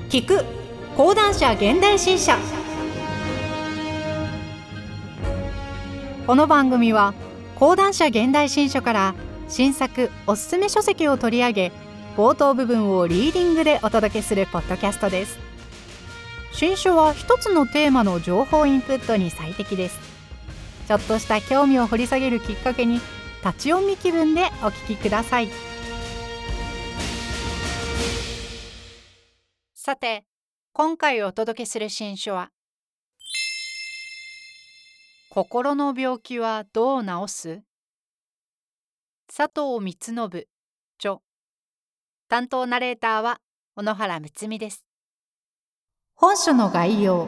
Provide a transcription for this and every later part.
聞く講談社現代新社。この番組は講談社現代新書から新作おすすめ書籍を取り上げ、冒頭部分をリーディングでお届けするポッドキャストです。新書は一つのテーマの情報インプットに最適です。ちょっとした興味を掘り下げるきっかけに、立ち読み気分でお聞きください。さて、今回お届けする新書は、心の病気はどう治す？佐藤光信著。担当ナレーターは小野原睦美です。本書の概要。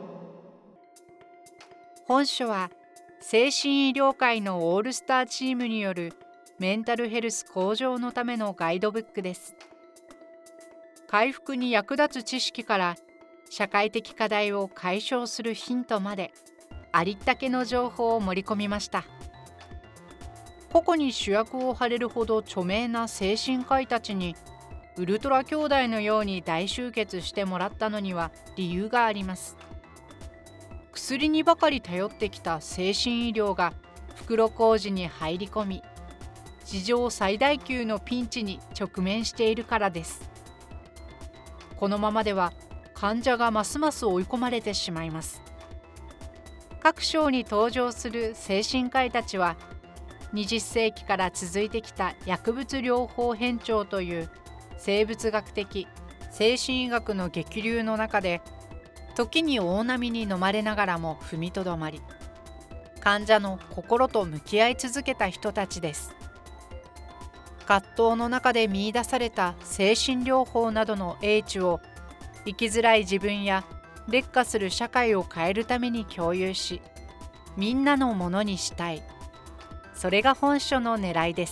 本書は精神医療界のオールスターチームによるメンタルヘルス向上のためのガイドブックです。回復に役立つ知識から社会的課題を解消するヒントまで、ありったけの情報を盛り込みました。個々に主役を張れるほど著名な精神科医たちにウルトラ兄弟のように大集結してもらったのには理由があります。薬にばかり頼ってきた精神医療が袋小路に入り込み、史上最大級のピンチに直面しているからです。このままでは患者がますます追い込まれてしまいます。各章に登場する精神科医たちは、20世紀から続いてきた薬物療法変調という生物学的精神医学の激流の中で、時に大波に飲まれながらも踏みとどまり、患者の心と向き合い続けた人たちです。葛藤の中で見出された精神療法などの英知を、生きづらい自分や劣化する社会を変えるために共有し、みんなのものにしたい。それが本書の狙いです。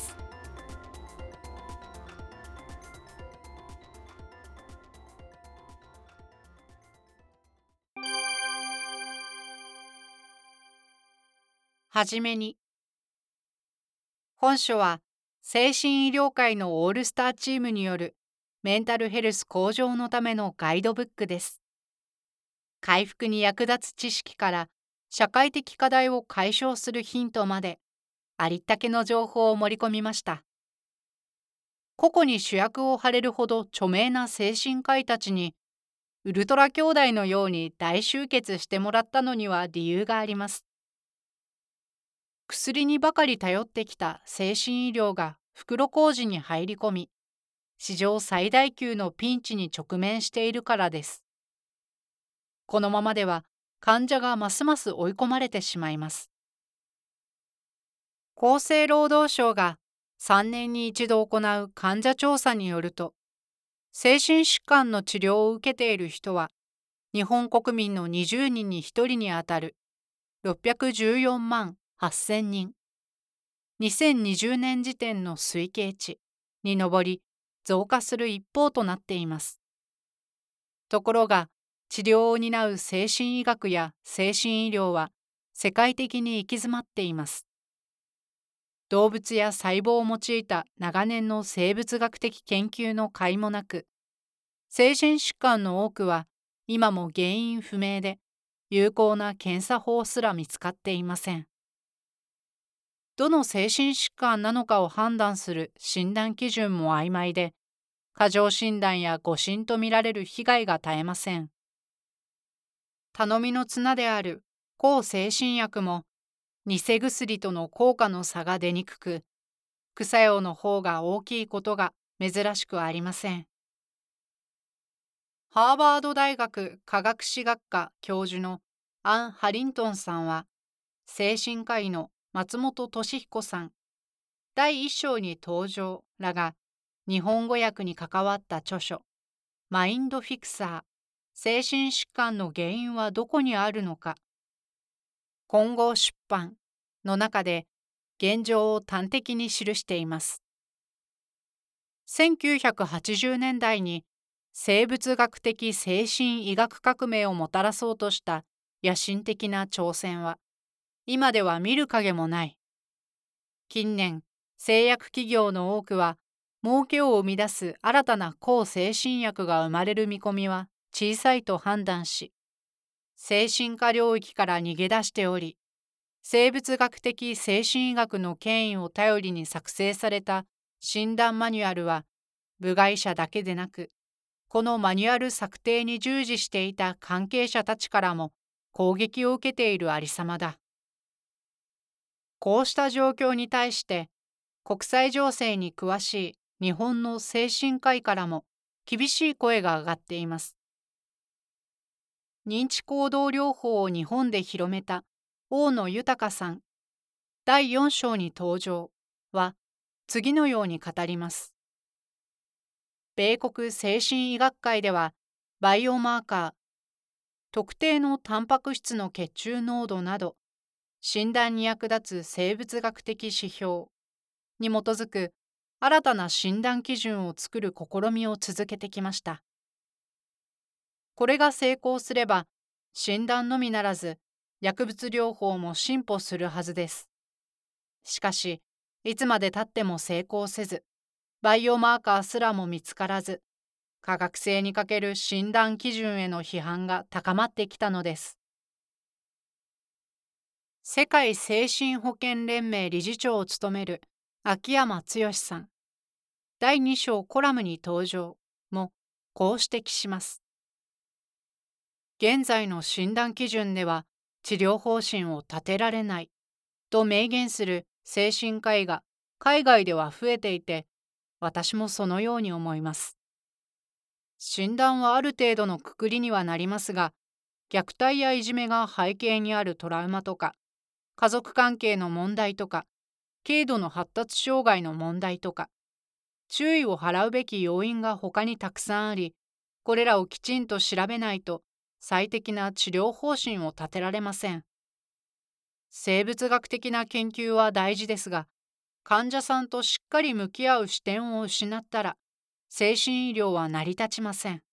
はじめに、本書は精神医療界のオールスターチームによるメンタルヘルス向上のためのガイドブックです。回復に役立つ知識から社会的課題を解消するヒントまで、ありったけの情報を盛り込みました。個々に主役を張れるほど著名な精神科医たちにウルトラ兄弟のように大集結してもらったのには理由があります。薬にばかり頼ってきた精神医療が袋小路に入り込み、史上最大級のピンチに直面しているからです。このままでは患者がますます追い込まれてしまいます。厚生労働省が3年に一度行う患者調査によると、精神疾患の治療を受けている人は日本国民の20人に1人にあたる614万8000人、2020年時点の推計値に上り、増加する一方となっています。ところが、治療を担う精神医学や精神医療は世界的に行き詰まっています。動物や細胞を用いた長年の生物学的研究の甲斐もなく、精神疾患の多くは今も原因不明で、有効な検査法すら見つかっていません。どの精神疾患なのかを判断する診断基準も曖昧で、過剰診断や誤診とみられる被害が絶えません。頼みの綱である抗精神薬も、偽薬との効果の差が出にくく、副作用の方が大きいことが珍しくありません。ハーバード大学科学史学科教授のアン・ハリントンさんは、精神科医の松本俊彦さん、第一章に登場らが日本語訳に関わった著書、マインドフィクサー、精神疾患の原因はどこにあるのか、混合出版の中で現状を端的に記しています。1980年代に生物学的精神医学革命をもたらそうとした野心的な挑戦は、今では見る影もない。近年、製薬企業の多くは、儲けを生み出す新たな抗精神薬が生まれる見込みは小さいと判断し、精神科領域から逃げ出しており、生物学的精神医学の権威を頼りに作成された診断マニュアルは、部外者だけでなく、このマニュアル策定に従事していた関係者たちからも攻撃を受けているありさまだ。こうした状況に対して、国際情勢に詳しい日本の精神科医からも厳しい声が上がっています。認知行動療法を日本で広めた大野豊さん、第4章に登場は次のように語ります。米国精神医学会では、バイオマーカー、特定のタンパク質の血中濃度など、診断に役立つ生物学的指標に基づく新たな診断基準を作る試みを続けてきました。これが成功すれば、診断のみならず、薬物療法も進歩するはずです。しかし、いつまでたっても成功せず、バイオマーカーすらも見つからず、科学性に欠ける診断基準への批判が高まってきたのです。世界精神保健連盟理事長を務める秋山剛さん、第2章コラムに登場もこう指摘します。現在の診断基準では治療方針を立てられないと明言する精神科医が海外では増えていて、私もそのように思います。診断はある程度のくくりにはなりますが、虐待やいじめが背景にあるトラウマとか、家族関係の問題とか、軽度の発達障害の問題とか、注意を払うべき要因が他にたくさんあり、これらをきちんと調べないと最適な治療方針を立てられません。生物学的な研究は大事ですが、患者さんとしっかり向き合う視点を失ったら、精神医療は成り立ちません。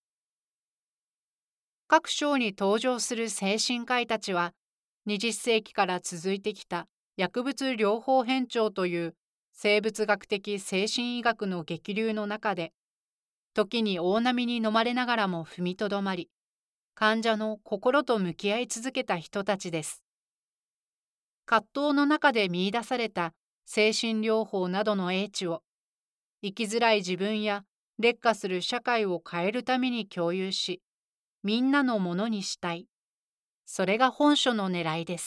各章に登場する精神科医たちは、20世紀から続いてきた薬物療法変調という生物学的精神医学の激流の中で、時に大波に飲まれながらも踏みとどまり、患者の心と向き合い続けた人たちです。葛藤の中で見出された精神療法などの英知を、生きづらい自分や劣化する社会を変えるために共有し、みんなのものにしたい。それが本書の狙いです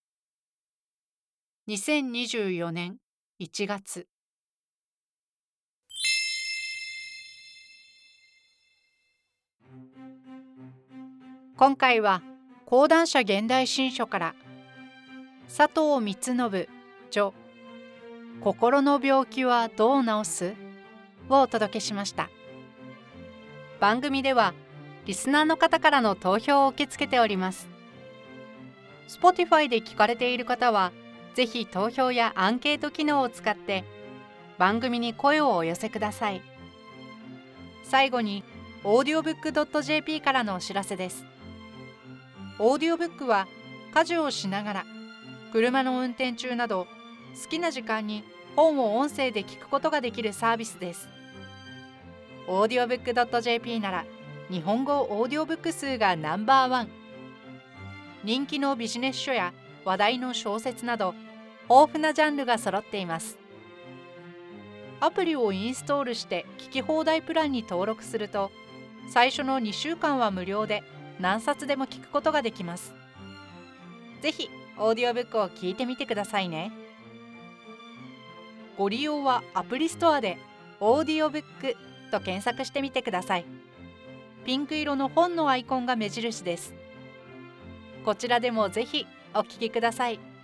。2024年1月。今回は講談社現代新書から佐藤光信著心の病気はどう治すをお届けしました。番組ではリスナーの方からの投票を受け付けております。Spotify で聞かれている方は、ぜひ投票やアンケート機能を使って番組に声をお寄せください。最後に audiobook.jp からのお知らせです。オーディオブックは家事をしながら、車の運転中など好きな時間に本を音声で聞くことができるサービスです。audiobook.jp なら日本語オーディオブック数がナンバーワン。人気のビジネス書や話題の小説など豊富なジャンルが揃っています。アプリをインストールして聞き放題プランに登録すると、最初の2週間は無料で何冊でも聞くことができます。ぜひオーディオブックを聞いてみてくださいね。ご利用はアプリストアでオーディオブックと検索してみてください。ピンク色の本のアイコンが目印です。こちらでもぜひお聞きください。